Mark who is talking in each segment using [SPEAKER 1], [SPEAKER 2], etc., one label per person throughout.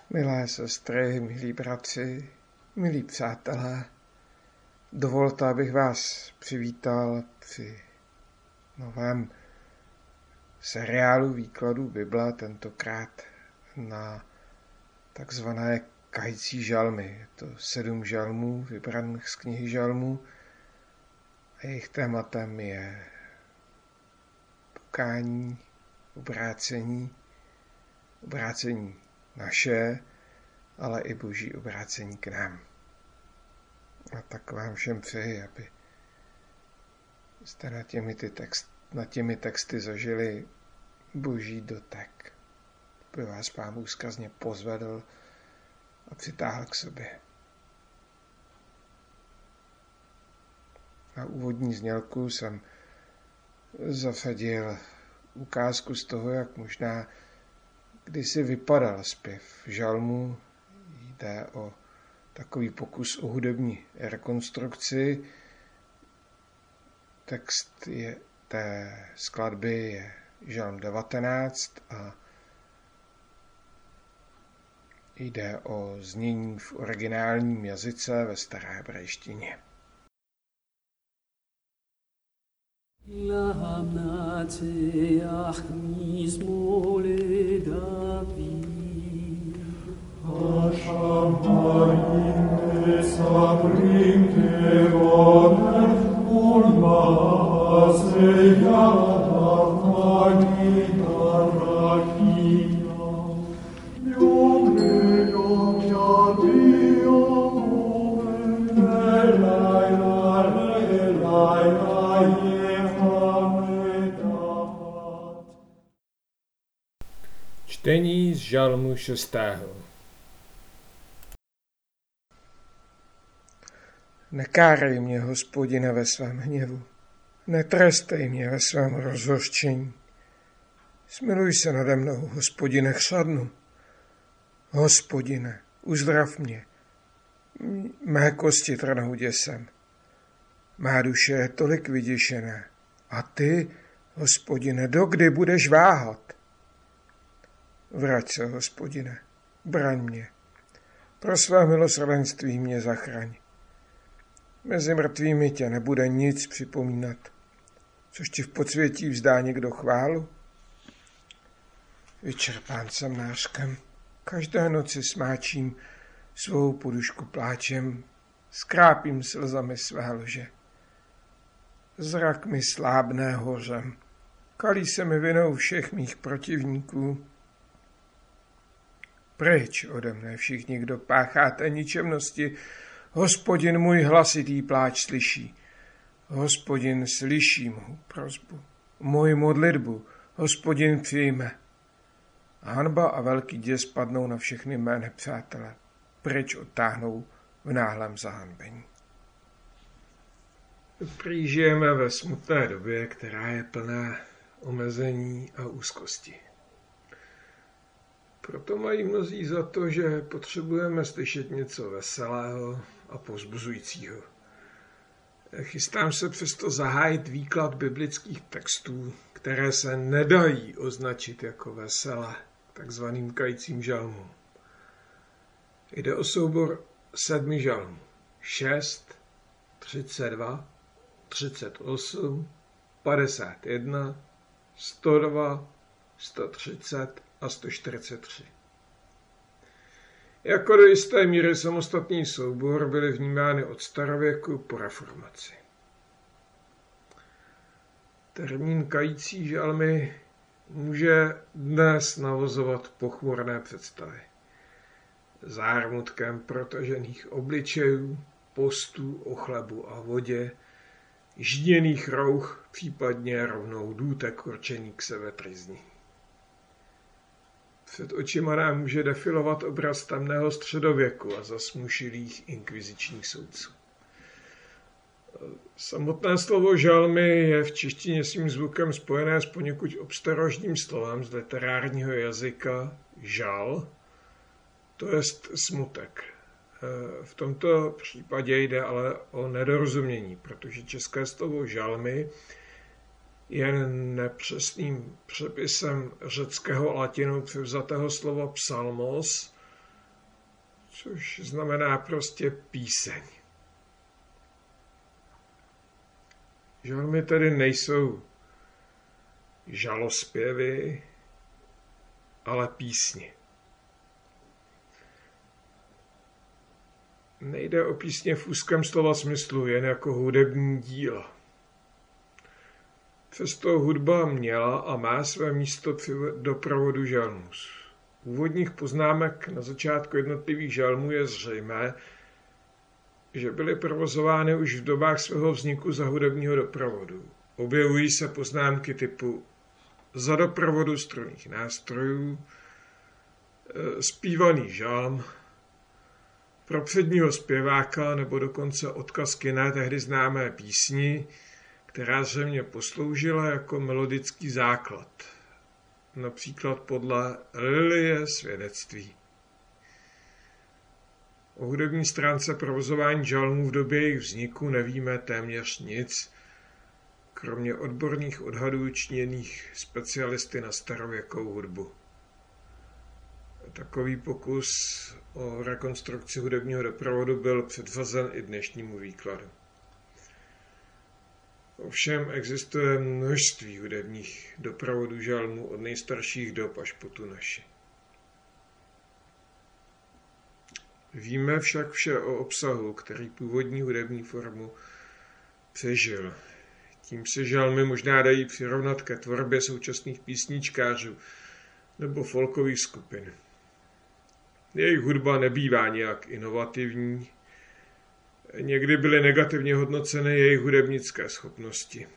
[SPEAKER 1] Milé sestry, milí bratři, milí přátelé, dovolte, abych vás přivítal při novém seriálu výkladů Bible, tentokrát na takzvané kající žalmy. Je to 7 žalmů vybraných z knihy žalmů a jejich tématem je pokání, obrácení naše, ale i boží obrácení k nám. A tak vám všem přeji, aby jste nad těmi texty zažili boží dotek, aby vás Pán Bůh zkazně pozvedl a přitáhl k sobě. Na úvodní znělku jsem zasadil ukázku z toho, jak možná kdysi vypadal zpěv žalmu. Jde o takový pokus o hudební rekonstrukci. Text té skladby je žalm 19 a jde o znění v originálním jazyce ve staré hebrejštině.
[SPEAKER 2] למנצח מזמור לדוד.
[SPEAKER 3] השמיים מספרים כרונך ולמעשה ידיו נגיד הרקיע. יום ליום יביע ולילה ללילה
[SPEAKER 1] Čtení z žalmu 6. Nekárej mě, Hospodine, ve svém hněvu, netrestej mě ve svém rozhořčení. Smiluj se nade mnou, Hospodine, chřadnu. Hospodine, uzdrav mě, mé kosti trhnou děsem. Má duše je tolik vyděšená. A ty, Hospodine, dokdy budeš váhat? Vrať se, Hospodine, braň mě. Pro své milosrdenství mě zachraň. Mezi mrtvými tě nebude nic připomínat. Což ti v podsvětí vzdá někdo chválu? Vyčerpán jsem nářkem. Každé noci smáčím svou podušku pláčem, skrápím slzami své lože. Zrak mi slábne hořem. Kalí se mi vinou všech mých protivníků. Pryč ode mne všichni, kdo pácháte ničemnosti. Hospodin můj hlasitý pláč slyší. Hospodin slyší mou prosbu, moji modlitbu. Hospodin přijme. Hanba a velký děs padnou na všechny mé nepřátele. Pryč odtáhnou v náhlém zahanbení. Prý žijeme ve smutné době, která je plná omezení a úzkosti. Proto mají mnozí za to, že potřebujeme slyšet něco veselého a povzbuzujícího. Chystám se přesto zahájit výklad biblických textů, které se nedají označit jako veselé, takzvaným kajícím žalmům. Jde o soubor 7 žalmů. 6, 32, 38, 51, 102, 130 a 143. Jako do jisté míry samostatný soubor byly vnímány od starověku po reformaci. Termín kající žalmy může dnes navozovat pochmurné představy. Zármutkem protažených obličejů, postů o chlebu a vodě, žděných rouch, případně rovnou důtek určený k sebetryzní. Před očima nám může defilovat obraz temného středověku a zasmušilých inkvizičních soudců. Samotné slovo žalmy je v češtině svým zvukem spojené s poněkud obstarožním slovem z literárního jazyka žal, to jest smutek. V tomto případě jde ale o nedorozumění, protože české slovo žalmy je nepřesným přepisem řeckého latinou převzatého slova psalmos, což znamená prostě píseň. Žalmy tedy nejsou žalospěvy, ale písně. Nejde o písně v úzkém slova smyslu, jen jako hudební díla. Přesto hudba měla a má své místo při doprovodu žalmů. Z úvodních poznámek na začátku jednotlivých žalmů je zřejmé, že byly provozovány už v dobách svého vzniku za hudebního doprovodu. Objevují se poznámky typu za doprovodu strunných nástrojů, zpívaný žalm, pro předního zpěváka nebo dokonce odkaz k jiné tehdy známé písni, která zřejmě posloužila jako melodický základ, například podle Lilie svědectví. O hudební stránce provozování žalmů v době jejich vzniku nevíme téměř nic, kromě odborných odhadů činěných specialisty na starověkou hudbu. Takový pokus o rekonstrukci hudebního doprovodu byl předřazen i dnešnímu výkladu. Ovšem existuje množství hudebních doprovodů žalmů od nejstarších dob až po tu naši. Víme však vše o obsahu, který původní hudební formu přežil. Tím se žalmy možná dají přirovnat ke tvorbě současných písničkářů nebo folkových skupin. Jejich hudba nebývá nějak inovativní, někdy byly negativně hodnoceny jejich hudebnické schopnosti.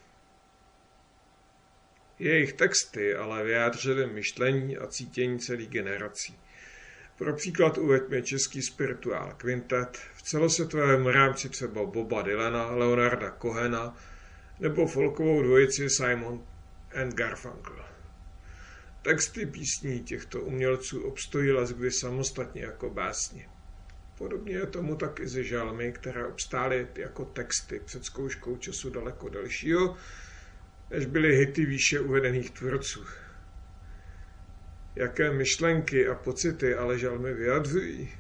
[SPEAKER 1] Jejich texty ale vyjádřily myšlení a cítění celých generací. Pro příklad uveďme český spirituál Quintet, v celosvětovém rámci třeba Boba Dylana, Leonarda Cohena nebo folkovou dvojici Simon and Garfunkel. Texty písní těchto umělců obstojí leckdy samostatně jako básně. Podobně je tomu taky se žalmy, které obstály jako texty před zkouškou času daleko delšího, než byly hity výše uvedených tvůrců. Jaké myšlenky a pocity ale žalmy vyjadřují?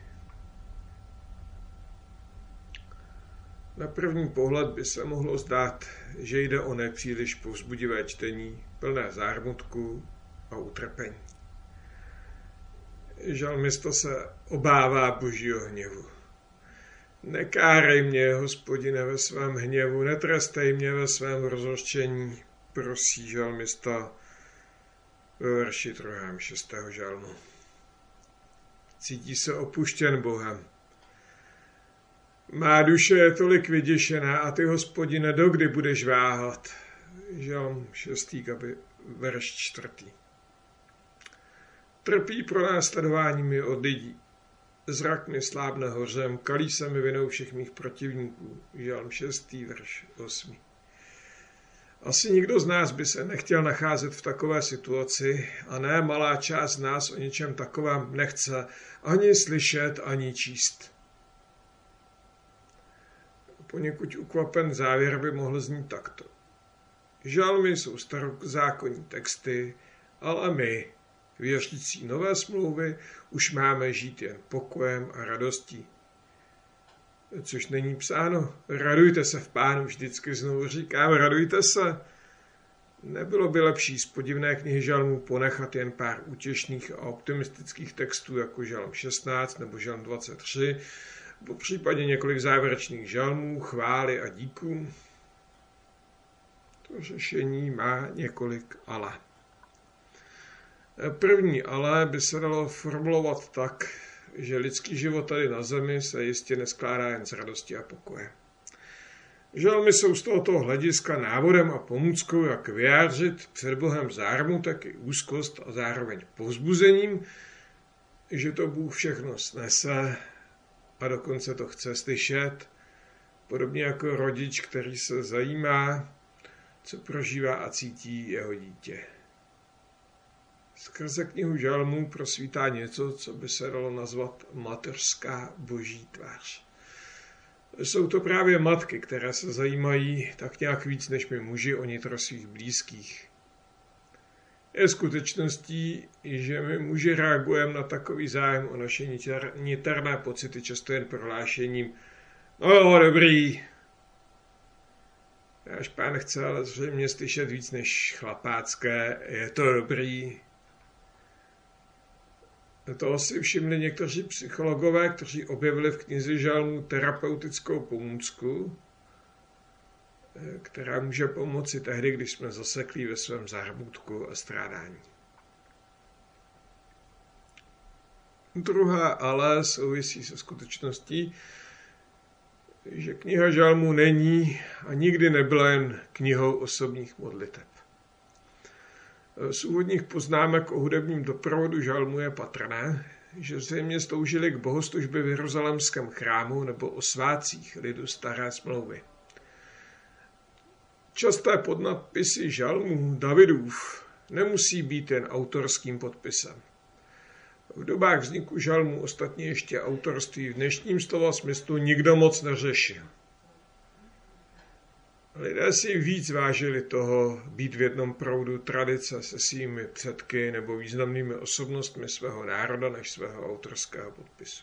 [SPEAKER 1] Na první pohled by se mohlo zdát, že jde o nepříliš povzbudivé čtení, plné zármutku a utrpení. Žalmista se obává Božího hněvu. Nekárej mě, Hospodine, ve svém hněvu, netrestej mě ve svém rozhořčení, prosí žalmista ve verši 2. 6. žalmu. Cítí se opuštěn Bohem. Má duše je tolik vyděšená a ty, Hospodine, dokdy budeš váhat? Žalm 6. verš 4. Trpí pronásledováními od lidí. Zrak mi slábne hořem, kalí se mi vinou všech mých protivníků. Žalm 6. verš 8. Asi nikdo z nás by se nechtěl nacházet v takové situaci a ne malá část nás o něčem takovém nechce ani slyšet, ani číst. Poněkud ukvapen závěr by mohl znít takto. Žalmy jsou starozákonní texty, ale my, věřící nové smlouvy, už máme žít jen pokojem a radostí. Což není psáno. Radujte se v Pánu, vždycky znovu říkám, radujte se. Nebylo by lepší z podivné knihy žalmů ponechat jen pár útěšných a optimistických textů jako žalm 16 nebo žalm 23, po případě několik závěrečných žalmů, chvály a díků? To řešení má několik ale. První ale by se dalo formulovat tak, že lidský život tady na zemi se jistě neskládá jen z radosti a pokoje. Žalmy jsou z tohoto hlediska návodem a pomůckou, jak vyjádřit před Bohem zármutek i úzkost a zároveň povzbuzením, že to Bůh všechno snese a dokonce to chce slyšet, podobně jako rodič, který se zajímá, co prožívá a cítí jeho dítě. Skrze knihu žalmů prosvítá něco, co by se dalo nazvat mateřská boží tvář. Jsou to právě matky, které se zajímají tak nějak víc než my muži o nitro svých blízkých. Je skutečností, že my muži reagujeme na takový zájem o naše niterné pocity často jen prohlášením no dobrý. Náš pán chce ale zřejmě slyšet víc než chlapácké, je to dobrý. Toho si všimli někteří psychologové, kteří objevili v knize Žalmů terapeutickou pomůcku, která může pomoci tehdy, když jsme zaseklí ve svém zármutku a strádání. Druhá ale souvisí se skutečností, že kniha Žalmů není a nikdy nebyla jen knihou osobních modliteb. Z úvodních poznámek o hudebním doprovodu Žalmu je patrné, že zřejmě sloužili k bohoslužbě v jeruzalémském chrámu nebo o svátcích lidu staré smlouvy. Časté podnadpisy Žalmů Davidův nemusí být jen autorským podpisem. V dobách vzniku Žalmů ostatně ještě autorství v dnešním slova smyslu nikdo moc neřešil. Lidé si víc vážili toho být v jednom proudu tradice se svými předky nebo významnými osobnostmi svého národa než svého autorského podpisu.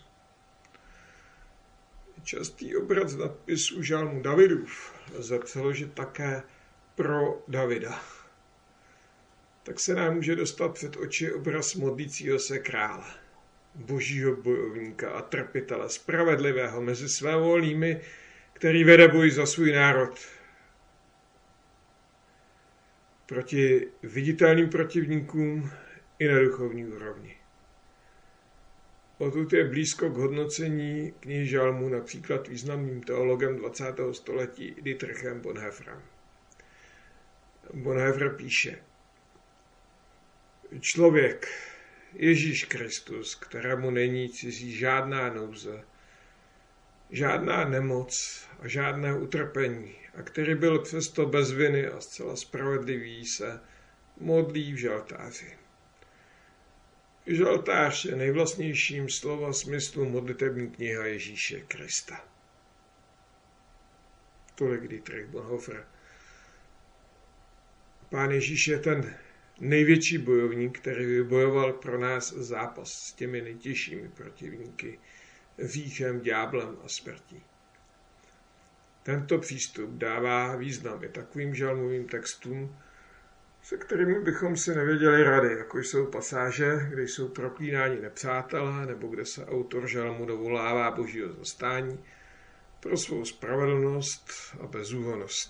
[SPEAKER 1] Častý obraz nadpisu Žalmu Davidův lze přeložit také pro Davida. Tak se nám může dostat před oči obraz modlícího se krále, božího bojovníka a trpitele, spravedlivého mezi svévolnými, který vede boj za svůj národ proti viditelným protivníkům i na duchovní úrovni. Odtud je blízko k hodnocení knihy Žalmů například významným teologem 20. století Dietrichem Bonhoefferem. Bonhoeffer píše: Člověk, Ježíš Kristus, kterému není cizí žádná nouze, žádná nemoc a žádné utrpení, a který byl přesto bez viny a zcela spravedlivý, se modlí v žaltáři. Žaltář je nejvlastnějším slova smyslu modlitební kniha Ježíše Krista. Tolik Dietrich Bonhoeffer. Pán Ježíš je ten největší bojovník, který vybojoval pro nás zápas s těmi nejtěžšími protivníky, hříchem, ďáblem a smrtí. Tento přístup dává význam i takovým žalmovým textům, se kterými bychom si nevěděli rady, jako jsou pasáže, kde jsou proklínáni nepřátelé, nebo kde se autor žalmu dovolává božího zastání pro svou spravedlnost a bezúhonnost.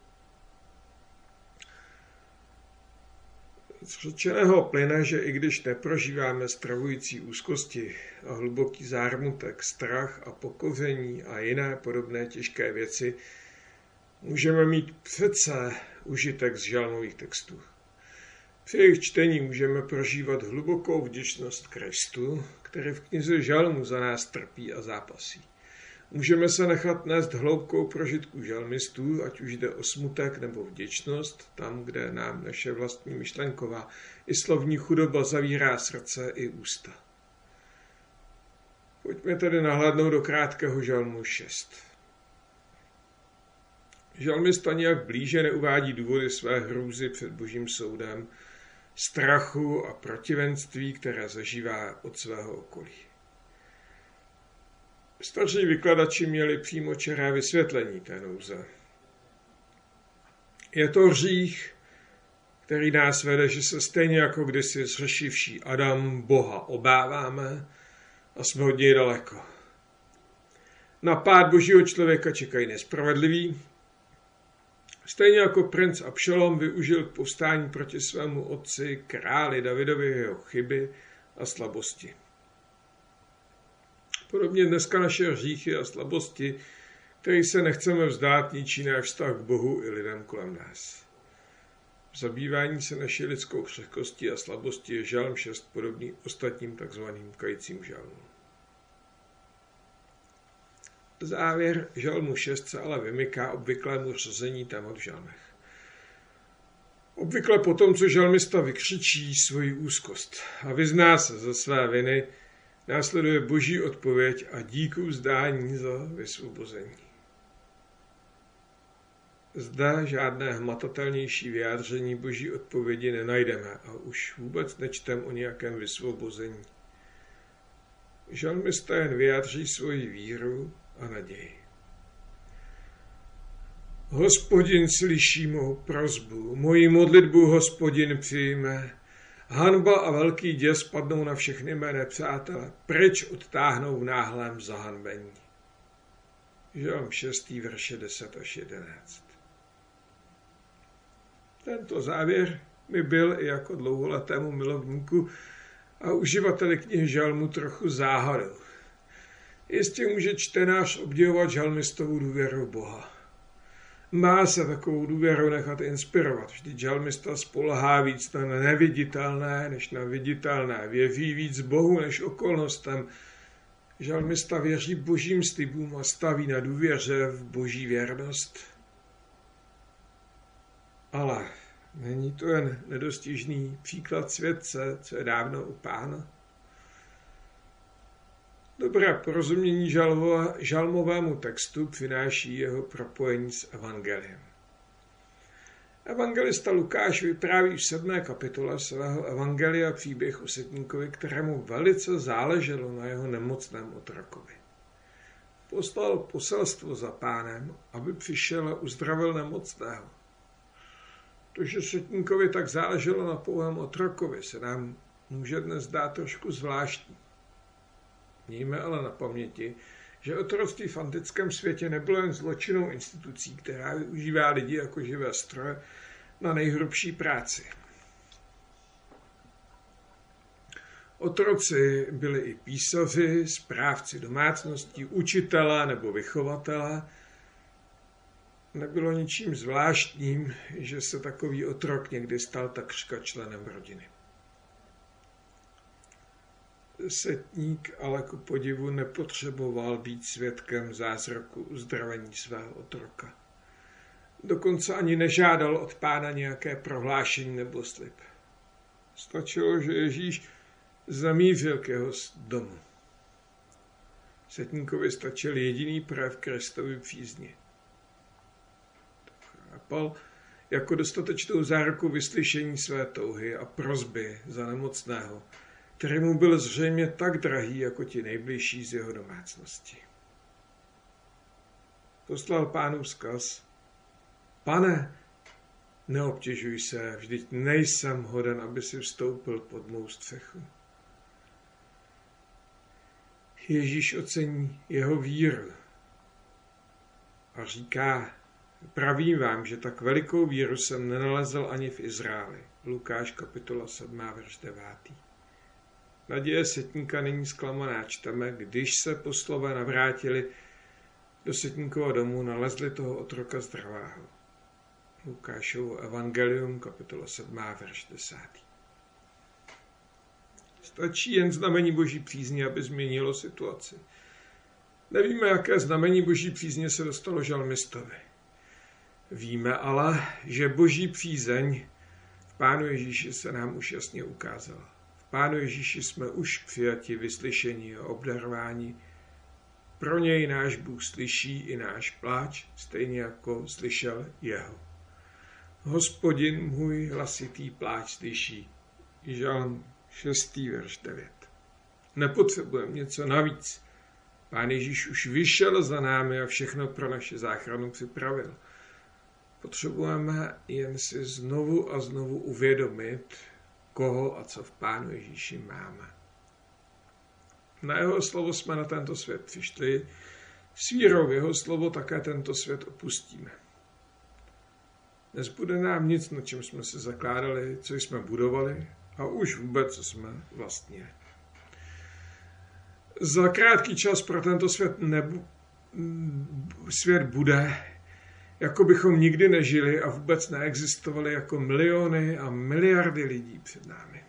[SPEAKER 1] Z řečeného plyne, že i když neprožíváme stravující úzkosti a hluboký zármutek, strach a pokoření a jiné podobné těžké věci, můžeme mít přece užitek z žalmových textů. Při jejich čtení můžeme prožívat hlubokou vděčnost Kristu, který v knize Žalmů za nás trpí a zápasí. Můžeme se nechat nést hloubkou prožitku žalmistů, ať už jde o smutek nebo vděčnost, tam, kde nám naše vlastní myšlenková i slovní chudoba zavírá srdce i ústa. Pojďme tedy nahlédnout do krátkého Žalmu 6. Žalmista nějak blíže neuvádí důvody své hrůzy před božím soudem, strachu a protivenství, které zažívá od svého okolí. Staří vykladači měli přímočaré vysvětlení té nouze. Je to hřích, který nás vede, že se stejně jako kdysi zřešivší Adam Boha obáváme a jsme od něj daleko. Na pád božího člověka čekají nespravedliví. Stejně jako princ Abšalom využil k povstání proti svému otci králi Davidovi jeho chyby a slabosti. Podobně dneska naše hříchy a slabosti, které se nechceme vzdát, ničí náš vztah k Bohu i lidem kolem nás. V zabývání se naší lidskou křehkostí a slabostí je Žalm 6 podobný ostatním takzvaným kajícím žalmům. Závěr Žalmu 6 se ale vymyká obvyklému řazení témat v žalmech. Obvykle po tom, co žalmista vykřičí svoji úzkost a vyzná se ze své viny, následuje boží odpověď a díku vzdání za vysvobození. Zde žádné hmatatelnější vyjádření boží odpovědi nenajdeme a už vůbec nečtem o nějakém vysvobození. Žalmista jen vyjádří svoji víru a naději. Hospodin slyší mou prosbu, moji modlitbu Hospodin přijme. Hanba a velký děs padnou na všechny mé nepřátele, pryč odtáhnou v náhlém zahanbení. Žalm 6. verše 10 až 11. Tento závěr mi byl i jako dlouholetému milovníku a uživateli knihy žalmu trochu záhadou. Jistě může čtenář obdivovat žalmistovu důvěru Boha. Má se takovou důvěru nechat inspirovat. Vždyť žalmista spoléhá víc na neviditelné než na viditelné. Věří víc Bohu než okolnostem. Žalmista věří božím slibům a staví na důvěře v boží věrnost. Ale není to jen nedostižný příklad světce, co je dávno u Pána? Dobré porozumění žalmovému textu přináší jeho propojení s evangeliem. Evangelista Lukáš vypráví v 7. kapitole svého evangelia příběh o setníkovi, kterému velice záleželo na jeho nemocném otrokovi. Poslal poselstvo za Pánem, aby přišel a uzdravil nemocného. To, že setníkovi tak záleželo na pouhém otrokovi, se nám může dnes zdát trošku zvláštní. Mějme ale na paměti, že otroctví v antickém světě nebylo jen zločinnou institucí, která využívá lidi jako živé stroje na nejhrubší práci. Otroci byli i písaři, správci domácností, učitelé nebo vychovatelé. Nebylo ničím zvláštním, že se takový otrok někdy stal takřka členem rodiny. Setník ale ku podivu nepotřeboval být svědkem zázraku uzdravení svého otroka. Dokonce ani nežádal od Pána nějaké prohlášení nebo slib. Stačilo, že Ježíš zamířil k jeho domu. Setníkovi stačil jediný projev Kristovy přízně. Chápal jako dostatečnou záruku vyslyšení své touhy a prosby za nemocného, který mu byl zřejmě tak drahý jako ti nejbližší z jeho domácnosti. Poslal Pánu vzkaz: Pane, neobtěžuj se, vždyť nejsem hoden, aby si vstoupil pod mou střechu. Ježíš ocení jeho víru a říká: pravím vám, že tak velikou víru jsem nenalezl ani v Izraeli. Lukáš kapitola 7. verš 9. Naděje setníka není zklamaná. Čteme, když se poslové navrátili do setníkova domu, nalezli toho otroka zdravého. Lukášovo evangelium, kapitola 7, verš 10. Stačí jen znamení boží přízně, aby změnilo situaci. Nevíme, jaké znamení boží přízně se dostalo žalmistovi. Víme ale, že boží přízeň v Pánu Ježíši se nám už jasně ukázala. V Pánu Ježíši jsme už přijati, vyslyšení a obdarováni. Pro něj náš Bůh slyší i náš pláč, stejně jako slyšel jeho. Hospodin můj hlasitý pláč slyší. Žalm 6. verš 9. Nepotřebujeme něco navíc. Pán Ježíš už vyšel za námi a všechno pro naši záchranu připravil. Potřebujeme jen si znovu a znovu uvědomit, koho a co v Pánu Ježíši máme. Na jeho slovo jsme na tento svět přišli, s vírou v jeho slovo také tento svět opustíme. Nezbude nám nic, na čem jsme se zakládali, co jsme budovali a už vůbec, co jsme vlastnili. Za krátký čas pro tento svět bude, jako bychom nikdy nežili a vůbec neexistovali jako miliony a miliardy lidí před námi.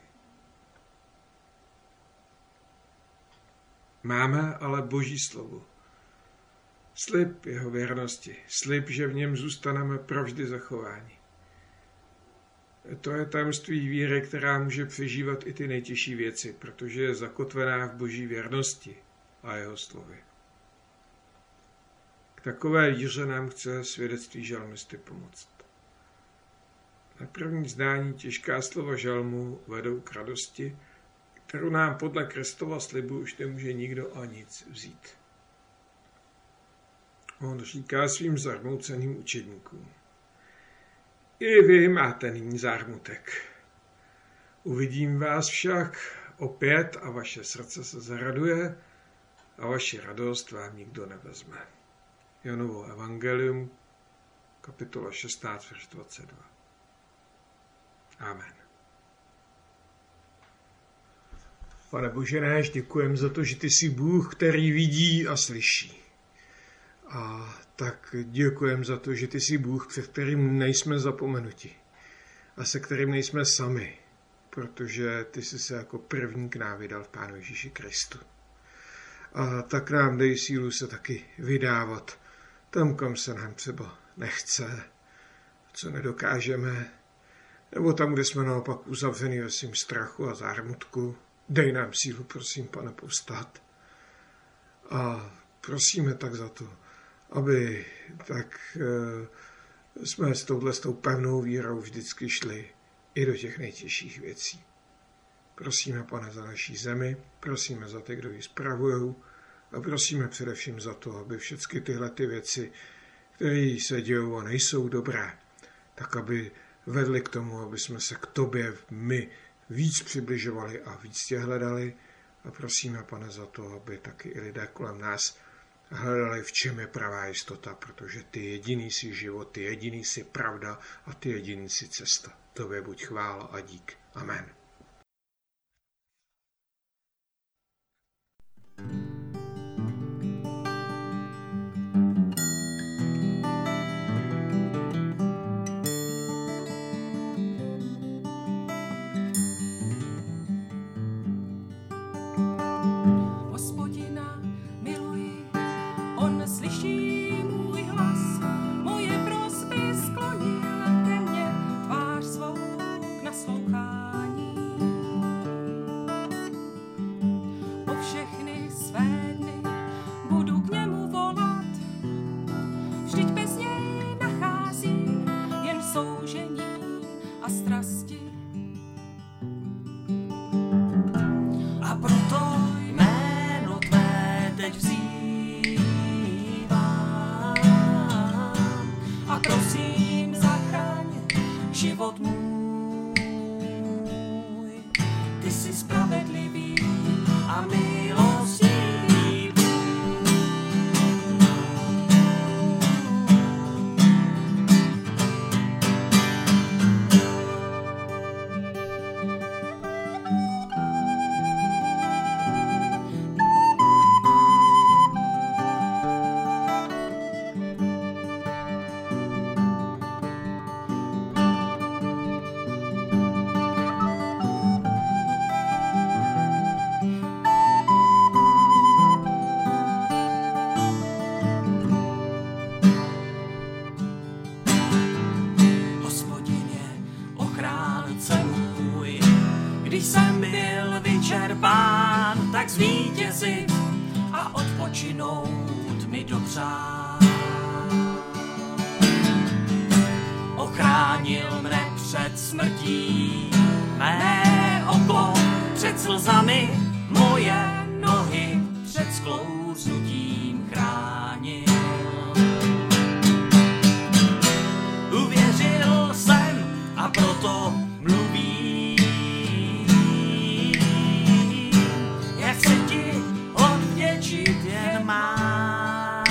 [SPEAKER 1] Máme ale Boží slovo. Slib jeho věrnosti. Slib, že v něm zůstaneme provždy zachováni. To je tajemství víry, která může přežívat i ty nejtěžší věci, protože je zakotvená v Boží věrnosti a jeho slovy. takové víře nám chce svědectví žalmisty pomoct. Na první zdání těžká slova žalmu vedou k radosti, kterou nám podle Kristova slibu už nemůže nikdo a nic vzít. On říká svým zarmouceným učedníkům: I vy máte nyní zármutek. Uvidím vás však opět a vaše srdce se zaraduje a vaši radost vám nikdo nevezme. Janovo evangelium, kapitola 16, verš 22. Amen. Pane Bože náš, děkujeme za to, že ty jsi Bůh, který vidí a slyší. A tak děkujeme za to, že ty jsi Bůh, před kterým nejsme zapomenuti a se kterým nejsme sami, protože ty jsi se jako první k nám vydal v Pánu Ježíši Kristu. A tak nám dej sílu se taky vydávat tam, kam se nám třeba nechce, co nedokážeme, nebo tam, kde jsme naopak uzavřeni ve svým strachu a zármutku. Dej nám sílu, prosím, Pane, povstat. A prosíme tak za to, aby tak jsme s tou pevnou vírou vždycky šli i do těch nejtěžších věcí. Prosíme, Pane, za naší zemi, prosíme za ty, kdo ji spravují, a prosíme především za to, aby všechny tyhle ty věci, které se dějou a nejsou dobré, tak aby vedli k tomu, aby jsme se k tobě my víc přibližovali a víc tě hledali. A prosíme, Pane, za to, aby taky i lidé kolem nás hledali, v čem je pravá jistota, protože ty jediný jsi život, ty jediný jsi pravda a ty jediný jsi cesta. Tobě buď chvála a dík. Amen.
[SPEAKER 2] Když jsem byl vyčerpán, tak zvítězit a odpočinout mi dopřát. Ochránil mne před smrtí, mé oko před slzami, moje nohy před sklouznutím chránil. Uvěřil jsem a proto mluvím. Jen mám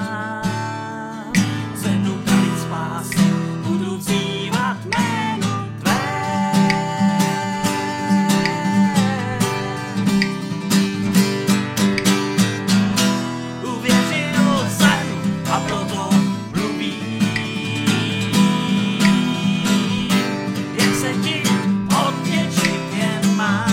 [SPEAKER 2] zvednu kalich spásy, budu vzývat jméno tvé. Uvěřil jsem a proto mluvím, jak se ti odvděčit jen mám.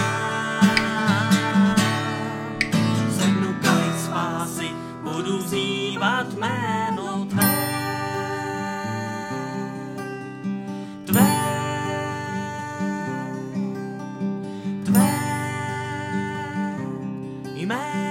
[SPEAKER 2] Budu vzývat jméno tvé, tvé jméno.